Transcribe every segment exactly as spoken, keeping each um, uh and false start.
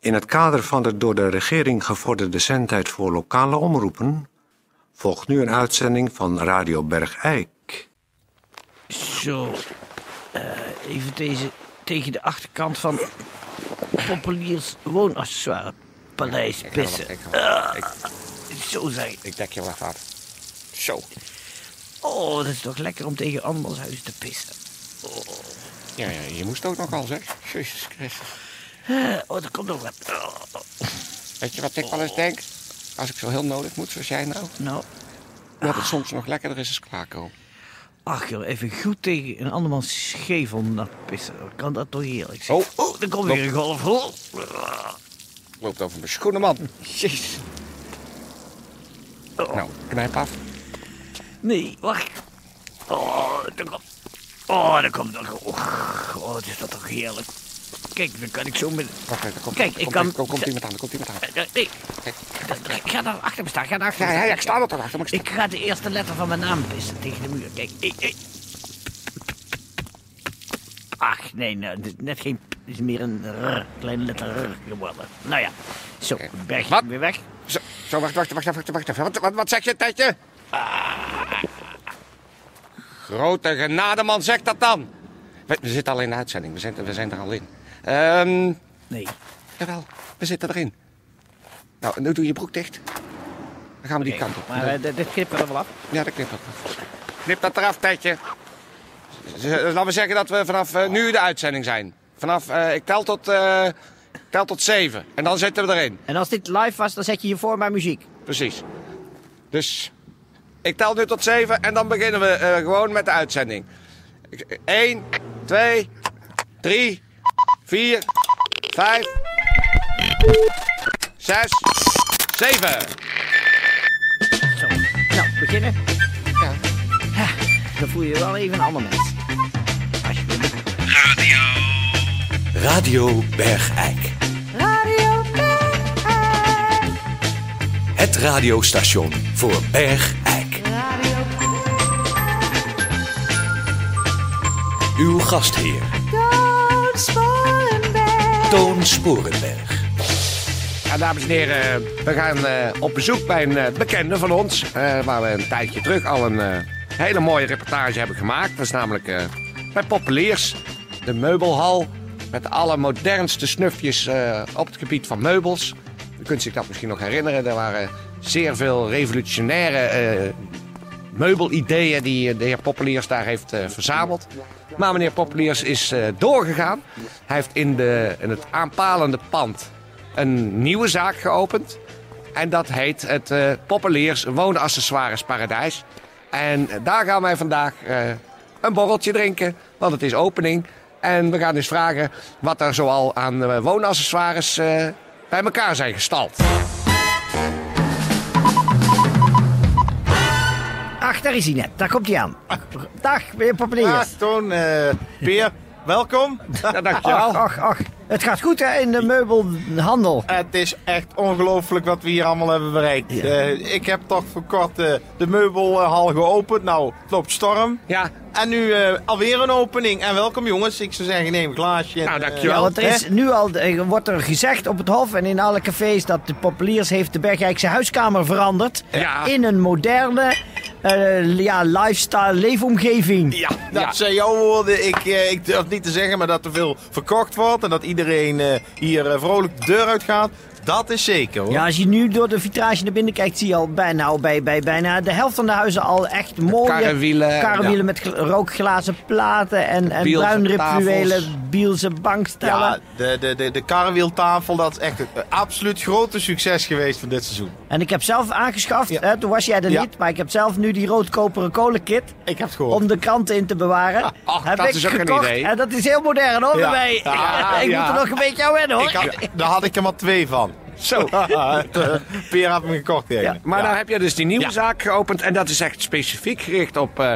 In het kader van de door de regering gevorderde zendtijd voor lokale omroepen volgt nu een uitzending van Radio Bergijk. Zo, uh, even deze, tegen de achterkant van Populiers woonaccessoire paleis pissen. Ik ga wel, ik ga wel. Uh, zo zeg ik. Ik dek je wel even af. Zo. Oh, dat is toch lekker om tegen andermans huis te pissen. Oh. Ja, ja, je moest ook nogal, zeg. Jezus Christus. Uh, oh, dat komt nog wat. Oh. Weet je wat ik wel eens denk? Als ik zo heel nodig moet, zoals jij nou. Nou. Dat het soms nog lekkerder is als klaarkomen. Ach joh, even goed tegen een andermans schevel naar pissen. Kan dat toch heerlijk zijn? Oh, oh er komt weer een golf. Oh. Loopt over mijn schoenen, man. Jezus. Oh. Nou, knijp af. Nee, wacht. Oh, dat komt... Oh, dat komt nog... Oh, oh, dat is dat toch heerlijk. Kijk, dan kan ik zo met... Wacht even, komt, Kijk, komt, ik kan... Komt, komt iemand aan, er komt iemand aan. Uh, nee, Kijk. ik ga daar achter me staan, ga daar achter Ja, me ja, staan. ja, ik sta er toch achter. Maar ik, ik ga de eerste letter van mijn naam pissen tegen de muur. Kijk, ik... ik. Ach, nee, nou, dit is net geen... Het is meer een r, kleine letter r geworden. Nou ja, zo, okay. berg Wat? je weer weg. Zo, zo, wacht, wacht, wacht, wacht, wacht, wacht. Wat, wat, wat zeg je, Tetje? Ah. Grote genade, man, zeg dat dan. We, we zitten al in de uitzending, we zijn, we zijn er al in. Um, Nee. Jawel, we zitten erin. Nou, nu doe je broek dicht. Dan gaan we die Okay, kant op. maar uh, dit knippen we er wel af. Ja, dat knipt dat eraf. Knip dat eraf, Tetje. Laten we zeggen dat we vanaf uh, nu de uitzending zijn. Vanaf, uh, ik tel tot, uh, tel tot zeven. En dan zitten we erin. En als dit live was, dan zet je hiervoor maar muziek. Precies. Dus ik tel nu tot zeven en dan beginnen we uh, gewoon met de uitzending. Eén, twee, drie, vier, vijf, zes, zeven. Zo, nou, beginnen. Ja. Ja, dan voel je je wel even een ander mens. Alsjeblieft. Radio. Radio Bergijk. Radio Bergijk. Het radiostation voor Bergijk. Radio Uw gastheer. Toon Sporenberg. Toon Sporenberg. Ja, dames en heren, we gaan uh, op bezoek bij een uh, bekende van ons. Uh, waar we een tijdje terug al een uh, hele mooie reportage hebben gemaakt. Dat is namelijk uh, bij Populiers, de meubelhal. Met de allermodernste snufjes uh, op het gebied van meubels. U kunt zich dat misschien nog herinneren. Er waren zeer veel revolutionaire uh, meubelideeën die de heer Populiers daar heeft uh, verzameld. Maar meneer Populiers is uh, doorgegaan. Hij heeft in, de, in het aanpalende pand een nieuwe zaak geopend. En dat heet het uh, Populiers Woonaccessoires Paradijs. En daar gaan wij vandaag uh, een borreltje drinken. Want het is opening. En we gaan dus vragen wat er zoal aan uh, woonaccessoires uh, bij elkaar zijn gestald. Ach, daar is hij net. Daar komt hij aan. Dag, meneer Populiers. Ja, Toon, uh, Peer, welkom. Ja, dankjewel. Ach, ach, ach. Het gaat goed hè, in de meubelhandel. Het is echt ongelooflijk wat we hier allemaal hebben bereikt. Ja. Uh, ik heb toch voor kort uh, de meubelhal geopend. Nou, het loopt storm. Ja, En nu uh, alweer een opening. En welkom jongens. Ik zou zeggen, neem een glaasje. En, Nou, uh, dankjewel. Ja, want er hè? is nu al, er wordt er gezegd op het Hof en in alle cafés dat de Populiers heeft de Bergijkse huiskamer veranderd. Ja. In een moderne, uh, ja, lifestyle leefomgeving. Ja, dat Ja. zijn jouw woorden. Ik, uh, ik durf niet te zeggen, maar dat er veel verkocht wordt. En dat iedereen uh, hier uh, vrolijk de deur uit gaat. Dat is zeker hoor. Ja, als je nu door de vitrage naar binnen kijkt, zie je al bijna, al bij, bij bijna de helft van de huizen al echt mooie karrewielen. karrewielen Ja. met gl- rookglazen platen en, en Bielse bruinripfluwelen, tafels. bielse bankstellen. Ja, de, de, de, de karrewieltafel, dat is echt een uh, absoluut grote succes geweest van dit seizoen. En ik heb zelf aangeschaft, Ja. hè, toen was jij er Ja. niet, maar ik heb zelf nu die rood-koperen kolenkit Ik heb het gehoord. om de kranten in te bewaren. Ach, heb dat ik is ook een gekocht. idee. En dat is heel modern hoor, Ja. bij mij. Ja, ik ja. moet er nog een beetje aan wennen hoor. Ik had, daar had ik er maar twee van. Zo. Peer had me gekocht. Ja. Maar Ja. nou heb je dus die nieuwe Ja. zaak geopend. En dat is echt specifiek gericht op uh,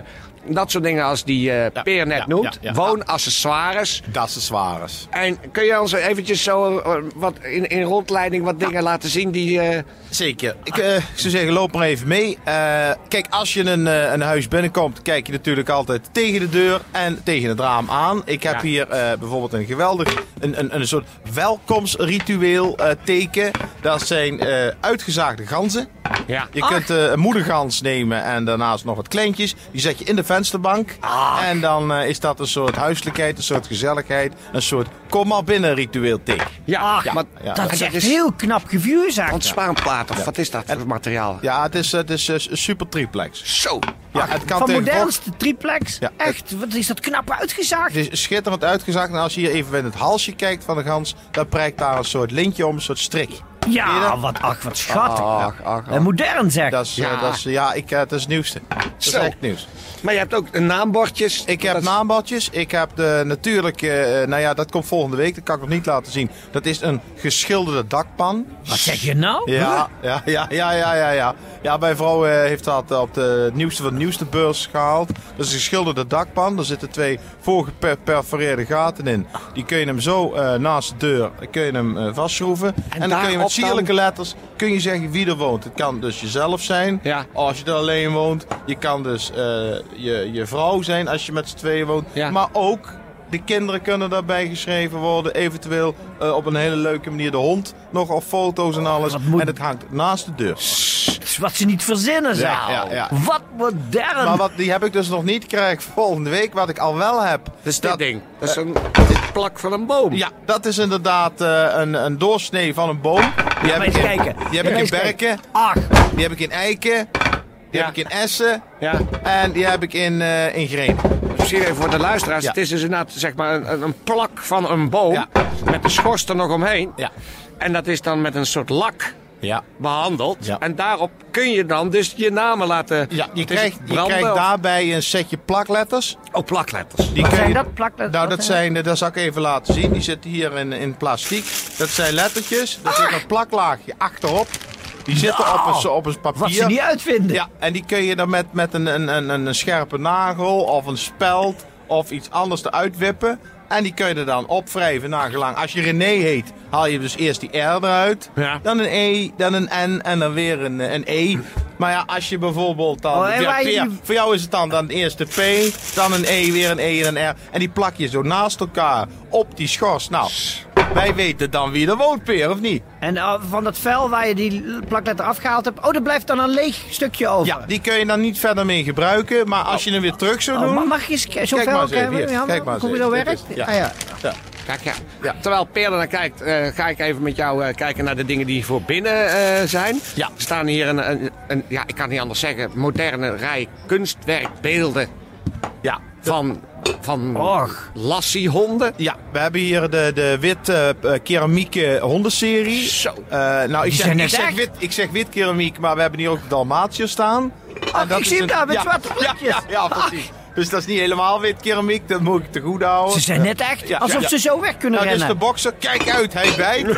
dat soort dingen als die uh, Ja, Peer net ja, noemt. ja, ja. Woonaccessoires. Accessoires. En kun je ons eventjes zo uh, wat in, in rondleiding wat dingen laten zien die... Uh... Zeker. Ik, uh, ik zou zeggen, loop maar even mee. Uh, kijk, als je een, uh, een huis binnenkomt, kijk je natuurlijk altijd tegen de deur en tegen het raam aan. Ik heb Ja. hier uh, bijvoorbeeld een geweldig, een, een, een soort welkomsritueel uh, teken. Dat zijn uh, uitgezaagde ganzen. Ja. Je kunt uh, een moedergans nemen en daarnaast nog wat kleintjes. Die zet je in de vensterbank. En dan uh, is dat een soort huiselijkheid, een soort gezelligheid. Een soort kom maar binnen ritueel teken. Ja, Ja. maar Ja. Dat En is dat echt is- heel knap gevuurzaagd. ontspaanplaat of wat is dat voor materiaal? Ja, het is, het is uh, super triplex. Zo. Ja, het kan Van tegenwoordig- modernste triplex. Ja, Echt, wat is dat knap uitgezaagd. Het is schitterend uitgezaagd. En als je hier even in het halsje kijkt van de gans, dan prijkt daar een soort lintje om, een soort strik. Ken je Ja, dat? wat, ach, wat schattig. Ach, ach, ach. En modern zeg. Dat is, Ja. ja. dat is, ja, ik, uh, dat is het nieuwste. Dat is Zo. echt nieuws. Maar je hebt ook naambordjes. Ik heb Dat is- naambordjes. Ik heb de natuurlijk, uh, nou ja, dat komt volgende week. Dat kan ik nog niet laten zien. Dat is een geschilderde dakpan. Wat zeg je nou? Ja, ja, ja, ja, ja, ja. Ja, ja mijn vrouw uh, heeft dat op de nieuwste van de nieuwste beurs gehaald. Dat is een geschilderde dakpan. Er zitten twee voorgeperforeerde gaten in. Die kun je hem zo uh, naast de deur kun je hem, uh, vastschroeven. En, dan kun je daarop met sierlijke letters kun je zeggen wie er woont. Het kan dus jezelf zijn. Ja. Als je er alleen woont. Je kan dus uh, je, je vrouw zijn als je met z'n tweeën woont. Ja. Maar ook de kinderen kunnen daarbij geschreven worden. Eventueel uh, op een hele leuke manier de hond. Nog op foto's en alles. Wat moet- En het hangt naast de deur. Dat is wat ze niet verzinnen zeg. Ja, ja, ja. Wat modern. Maar wat, die heb ik dus nog niet. Krijg ik volgende week. Wat ik al wel heb. Dat is dit dat- ding. Dat is een dit plak van een boom. Ja, dat is inderdaad uh, een, een doorsnee van een boom. Die heb Maar ik eens in, kijken. die heb Ja, ik in eens kijken. berken. Ach, Die heb ik in eiken. Die Ja. heb ik in essen. Ja. En die heb ik in, uh, in grenen. Misschien even voor de luisteraars. Ja. Het is dus inderdaad zeg maar een, een plak van een boom. Ja. Met de schors er nog omheen. Ja. En dat is dan met een soort lak Ja. behandeld. Ja. En daarop kun je dan dus je namen laten... Ja, je Het is krijgt, je branden krijgt of- daarbij een setje plakletters. Oh, plakletters. Die Wat kun zijn je- dat? Plakletters? Nou, Wat dat zijn zijn, dat zal ik even laten zien. Die zitten hier in, in plastiek. Dat zijn lettertjes. Er zit een plaklaagje achterop. Die zitten op een, zo- op een papier. wat ze niet uitvinden. Ja, en die kun je dan met, met een, een, een, een scherpe nagel of een speld of iets anders eruit wippen. En die kun je er dan opwrijven nagelang. Als je René heet, haal je dus eerst die R eruit. Ja. Dan een E, dan een N en dan weer een, een E. Maar ja, als je bijvoorbeeld dan... Oh, en ja, waar je ja, die- voor jou is het dan, dan eerst de P, dan een E, weer een E en een R. En die plak je zo naast elkaar op die schors. Nou, wij weten dan wie er woont, Peer, of niet? En uh, van dat vel waar je die plakletter afgehaald hebt, oh, er blijft dan een leeg stukje over. Ja, die kun je dan niet verder mee gebruiken. Maar als je hem weer terug zou Oh, doen... ma- mag je eens k- zo'n Kijk vel maar eens even, hebben? hier. Kijk maar eens Hoe even. dat Dit werkt? is- ja. Ah, ja. Ja. Kijk, ja. Ja. Terwijl Peer er naar kijkt, eh, ga ik even met jou eh, kijken naar de dingen die voor binnen eh, zijn. Ja. Er staan hier een, een, een, ja, ik kan het niet anders zeggen, moderne rij kunstwerkbeelden Ja. van, van Och. lassiehonden. Ja, we hebben hier de, de wit eh, eh, keramieke hondenserie. Zo. Eh, nou, ik Die zeg, zijn ik, net zeg echt. wit, ik zeg wit keramiek, maar we hebben hier ook de Dalmatiërs staan. Ach, En dat ik is zie hem een- daar met ja, zwarte ja, plekjes. ja, ja, precies. Dus dat is niet helemaal wit keramiek, dat moet ik te goed houden. Ze zijn net echt, Ja, alsof ja. ze zo weg kunnen Nou, dus de rennen. bokser, kijk uit, hij bijt.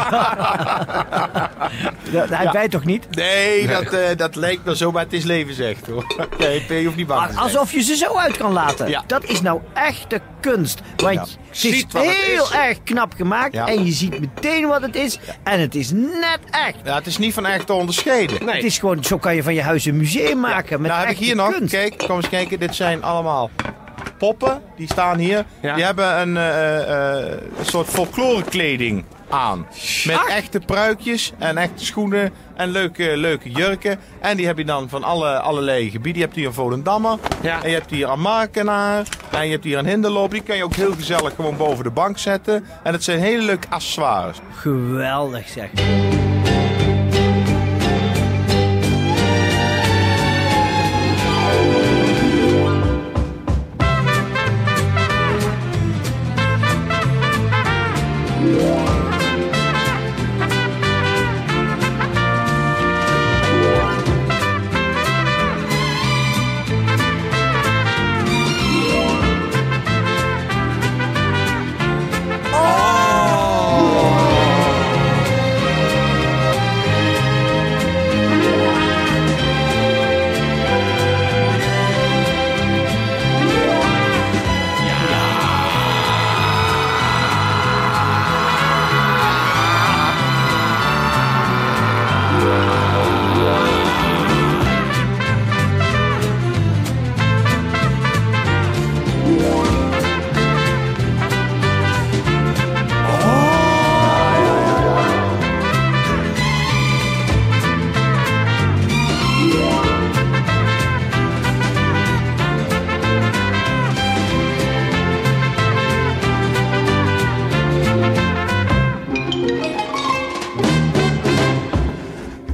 Dat, hij bijt toch niet? Nee, dat, eh, dat lijkt me zo, maar het is levensrecht hoor. Nee, P, je hoeft niet bang te Ach, zijn. alsof je ze zo uit kan laten. Ja. Dat is nou echte kunst. Want Ja. het is Ziet wat het heel is. erg knap gemaakt. Ja. En je ziet meteen wat het is. En het is net echt. Ja, het is niet van echt te onderscheiden. Nee. Het is gewoon, zo kan je van je huis een museum maken. Met Nou heb ik echte hier nog, kunst. kijk, kom eens kijken. Dit zijn allemaal poppen, die staan hier. Ja. Die hebben een, eh, eh, een soort folklorekleding aan. Met Ach. echte pruikjes en echte schoenen en leuke, leuke jurken. En die heb je dan van alle, allerlei gebieden. Je hebt hier een Volendammer, Ja. en je hebt hier een Markenaar, en je hebt hier een Hinderloop. Die kan je ook heel gezellig gewoon boven de bank zetten. En het zijn hele leuke accessoires. Geweldig zeg.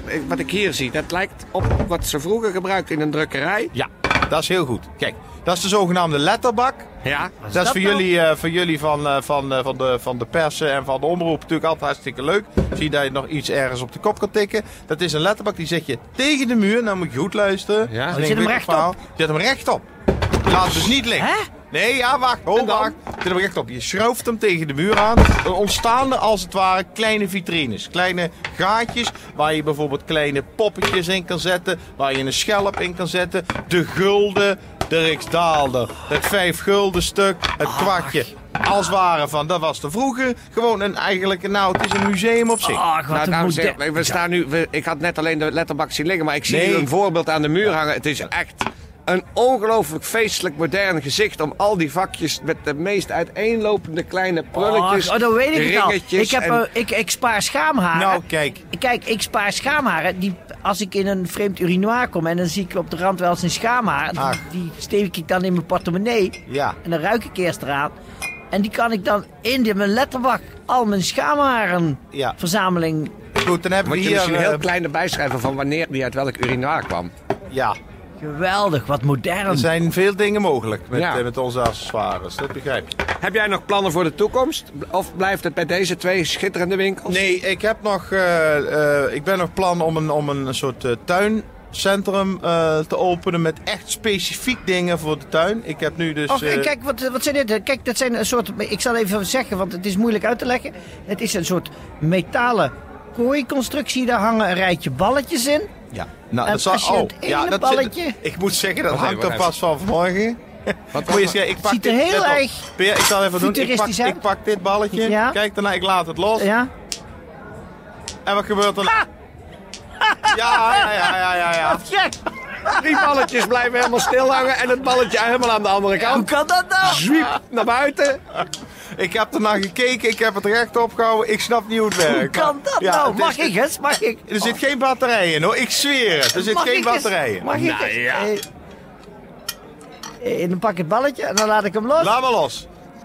wat ik hier zie, dat lijkt op wat ze vroeger gebruikten in een drukkerij. Ja, dat is heel goed. Kijk, dat is de zogenaamde letterbak. Ja. Dat is dat voor nou? jullie, uh, voor jullie van, uh, van, uh, van, de, van de persen en van de omroep natuurlijk altijd hartstikke leuk. Zie dat je nog iets ergens op de kop kan tikken. Dat is een letterbak, die zet je tegen de muur. Nou moet je goed luisteren. Ja. Dat is een Zet hem ingewikkeld rechtop? verhaal. Zet hem rechtop. Je laat het dus niet liggen. Hè? Nee, ja, wacht. Oh, En dan? wacht. Zet hem rechtop. Je schroeft hem tegen de muur aan. Dan ontstaan er als het ware kleine vitrines. Kleine gaatjes waar je bijvoorbeeld kleine poppetjes in kan zetten. Waar je een schelp in kan zetten. De gulden, de riksdaalder, het vijf gulden stuk, het kwartje. Als het ware van, dat was er vroeger. Gewoon een eigenlijk, nou het is een museum op zich. Ach, wat Nou, een dames en modern... heren, we staan nu, we, ik had net alleen de letterbak zien liggen, maar ik zie Nee. hier een voorbeeld aan de muur hangen. Het is echt een ongelooflijk feestelijk modern gezicht om al die vakjes met de meest uiteenlopende kleine prulletjes, Oh, dat weet ik al. ringetjes Ik, heb, en- eh, ik, ik spaar schaamharen. Nou, kijk. Kijk, ik spaar schaamharen. Die, als ik in een vreemd urinoir kom en dan zie ik op de rand wel eens een schaamhaar. Die, Ach. die steek ik dan in mijn portemonnee. Ja. En dan ruik ik eerst eraan. En die kan ik dan in de, mijn letterbak al mijn schaamharen Ja. verzameling. Goed, dan hebben Moet we je hier... misschien heel eh, klein erbij schrijven van wanneer die uit welk urinoir kwam. ja, Geweldig, wat modern. er zijn veel dingen mogelijk met, Ja. eh, met onze accessoires. Dat begrijp je. Heb jij nog plannen voor de toekomst? Of blijft het bij deze twee schitterende winkels? Nee, ik heb nog... eh, eh, ik ben nog plan om een, om een soort eh, tuincentrum eh, te openen met echt specifiek dingen voor de tuin. Ik heb nu dus... Och, eh, kijk, wat, wat zijn dit? Kijk, dat zijn een soort... Ik zal even zeggen, want het is moeilijk uit te leggen. Het is een soort metalen kooiconstructie. Daar hangen een rijtje balletjes in. ja. Nou, En dat zal, als je oh, het ene ja, dat balletje- Zit, ik moet zeggen, dat Wacht hangt even, er wacht pas van vanmorgen. Wat Moet je eens kijken, ik pak Ziet er dit, heel let op. erg Peer, ik zal even doen. Ik pak, futuristisch uit. ik pak dit balletje. Ja. Kijk daarna, ik laat het los. Ja? En wat gebeurt er? Ja, ja, ja, ja, ja, ja. Gek! Drie balletjes blijven helemaal stil hangen en het balletje helemaal aan de andere Hoe kant. kan dat nou? Zwiep naar buiten. Ik heb ernaar gekeken, ik heb het recht opgehouden. Ik snap niet hoe het werkt. Hoe kan dat Ja, nou? het Mag is- ik eens? Mag ik? Er zit geen batterij in hoor, ik zweer het. Er zit Mag geen ik eens? batterij in. Mag ik Nou eens? ja. Eh, eh, dan pak ik het balletje en dan laat ik hem los. Laat maar los.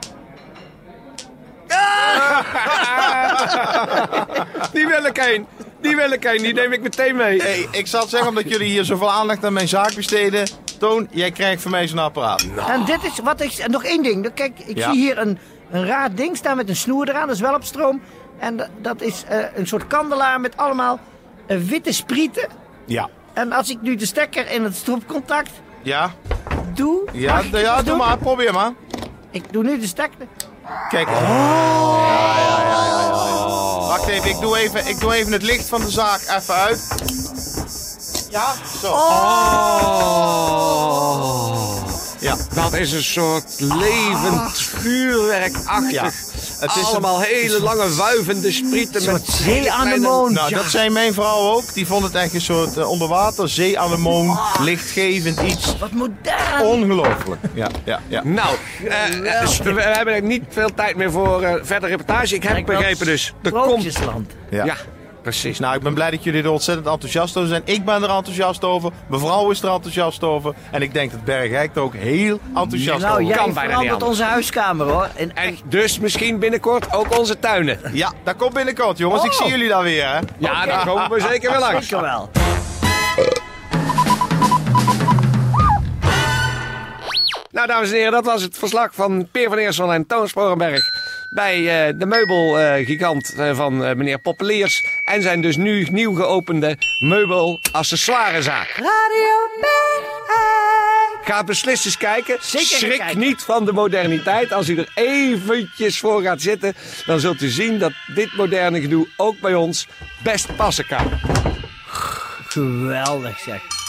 Die wil ik heen. Die wil ik heen. Die neem ik meteen mee. Hey, ik zal zeggen, omdat jullie hier zoveel aandacht aan mijn zaak besteden. Toon, jij krijgt van mij zo'n apparaat. En dit is wat ik. En nog één ding. Kijk, ik Ja. zie hier een, een raar ding staan met een snoer eraan. Dat is wel op stroom. En dat- dat is eh, een soort kandelaar met allemaal eh, witte sprieten. Ja. En als ik nu de stekker in het stopcontact Ja? doe. Ja, mag ik ja, het eens doe doen? maar, probeer maar. Ik doe nu de stekker. Kijk. Ja, ja, ja, ja, ja, ja. Wacht even, ik doe even, ik doe even het licht van de zaak even uit. Ja, zo. Oh. Ja. Dat is een soort levend vuurwerkachtig. Ja. Het is Allemaal een- hele lange wuivende sprieten. Een met soort hele zeeanemoon. kleine- Nou, Ja. dat zei mijn vrouw ook. Die vond het echt een soort uh, onderwater, zeeanemoon, lichtgevend iets. Wat modern. Ongelooflijk. Ja, ja, ja. Nou, eh, eh, we, we hebben niet veel tijd meer voor eh verder reportage. Ik heb Lijkt wel begrepen dus. Er komt... Sprookjesland. Ja. Ja, precies. Nou, ik ben blij dat jullie er ontzettend enthousiast over zijn. Ik ben er enthousiast over. Mevrouw is er enthousiast over. En ik denk dat Bergijk er ook heel enthousiast Nou, over jij Kan bijna niet verandert anders. onze huiskamer hoor. En En dus misschien binnenkort ook onze tuinen. Ja, dat komt binnenkort, jongens. Ik Oh. zie jullie dan weer, hè? Ja, daar komen we zeker weer langs. zeker wel. Nou, dames en heren, dat was het verslag van Peer van Eersel en Toon Sporenberg bij uh, de meubelgigant uh, van uh, meneer Poppeliers en zijn dus nu nieuw geopende meubelaccessoirezaak. Radio Bergijk. Ga beslist eens kijken. Zeker gaan Schrik kijken. niet van de moderniteit. Als u er eventjes voor gaat zitten, dan zult u zien dat dit moderne gedoe ook bij ons best passen kan. Geweldig zeg.